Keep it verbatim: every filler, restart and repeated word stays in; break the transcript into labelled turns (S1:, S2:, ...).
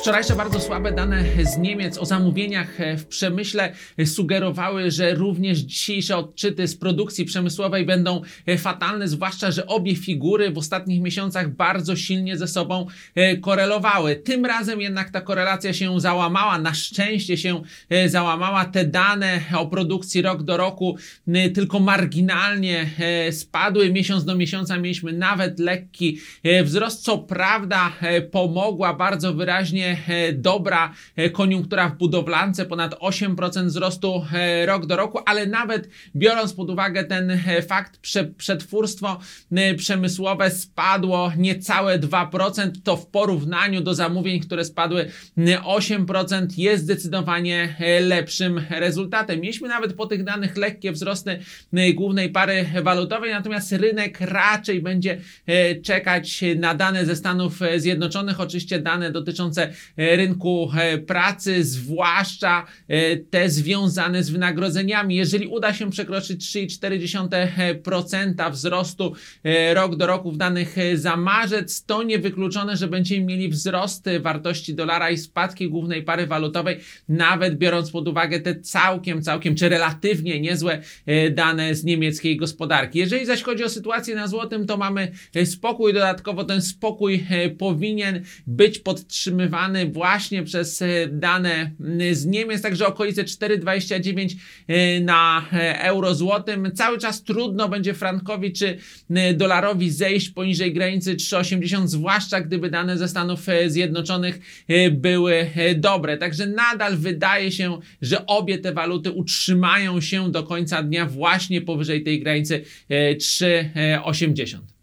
S1: Wczorajsze bardzo słabe dane z Niemiec o zamówieniach w przemyśle sugerowały, że również dzisiejsze odczyty z produkcji przemysłowej będą fatalne, zwłaszcza że obie figury w ostatnich miesiącach bardzo silnie ze sobą korelowały. Tym razem jednak ta korelacja się załamała, na szczęście się załamała. Te dane o produkcji rok do roku tylko marginalnie spadły. Miesiąc do miesiąca mieliśmy nawet lekki wzrost. Co prawda pomogła bardzo wyraźnie dobra koniunktura w budowlance, ponad osiem procent wzrostu rok do roku, ale nawet biorąc pod uwagę ten fakt, przetwórstwo przemysłowe spadło niecałe dwa procent, to w porównaniu do zamówień, które spadły osiem procent, jest zdecydowanie lepszym rezultatem. Mieliśmy nawet po tych danych lekkie wzrosty głównej pary walutowej, natomiast rynek raczej będzie czekać na dane ze Stanów Zjednoczonych, oczywiście dane dotyczące rynku pracy, zwłaszcza te związane z wynagrodzeniami. Jeżeli uda się przekroczyć trzy i cztery procent wzrostu rok do roku w danych za marzec, to niewykluczone, że będziemy mieli wzrosty wartości dolara i spadki głównej pary walutowej, nawet biorąc pod uwagę te całkiem, całkiem czy relatywnie niezłe dane z niemieckiej gospodarki. Jeżeli zaś chodzi o sytuację na złotym, to mamy spokój, dodatkowo ten spokój powinien być podtrzymywany właśnie przez dane z Niemiec, także okolice cztery dwadzieścia dziewięć na euro złotym. Cały czas trudno będzie frankowi czy dolarowi zejść poniżej granicy trzy osiemdziesiąt, zwłaszcza gdyby dane ze Stanów Zjednoczonych były dobre. Także nadal wydaje się, że obie te waluty utrzymają się do końca dnia właśnie powyżej tej granicy trzy osiemdziesiąt.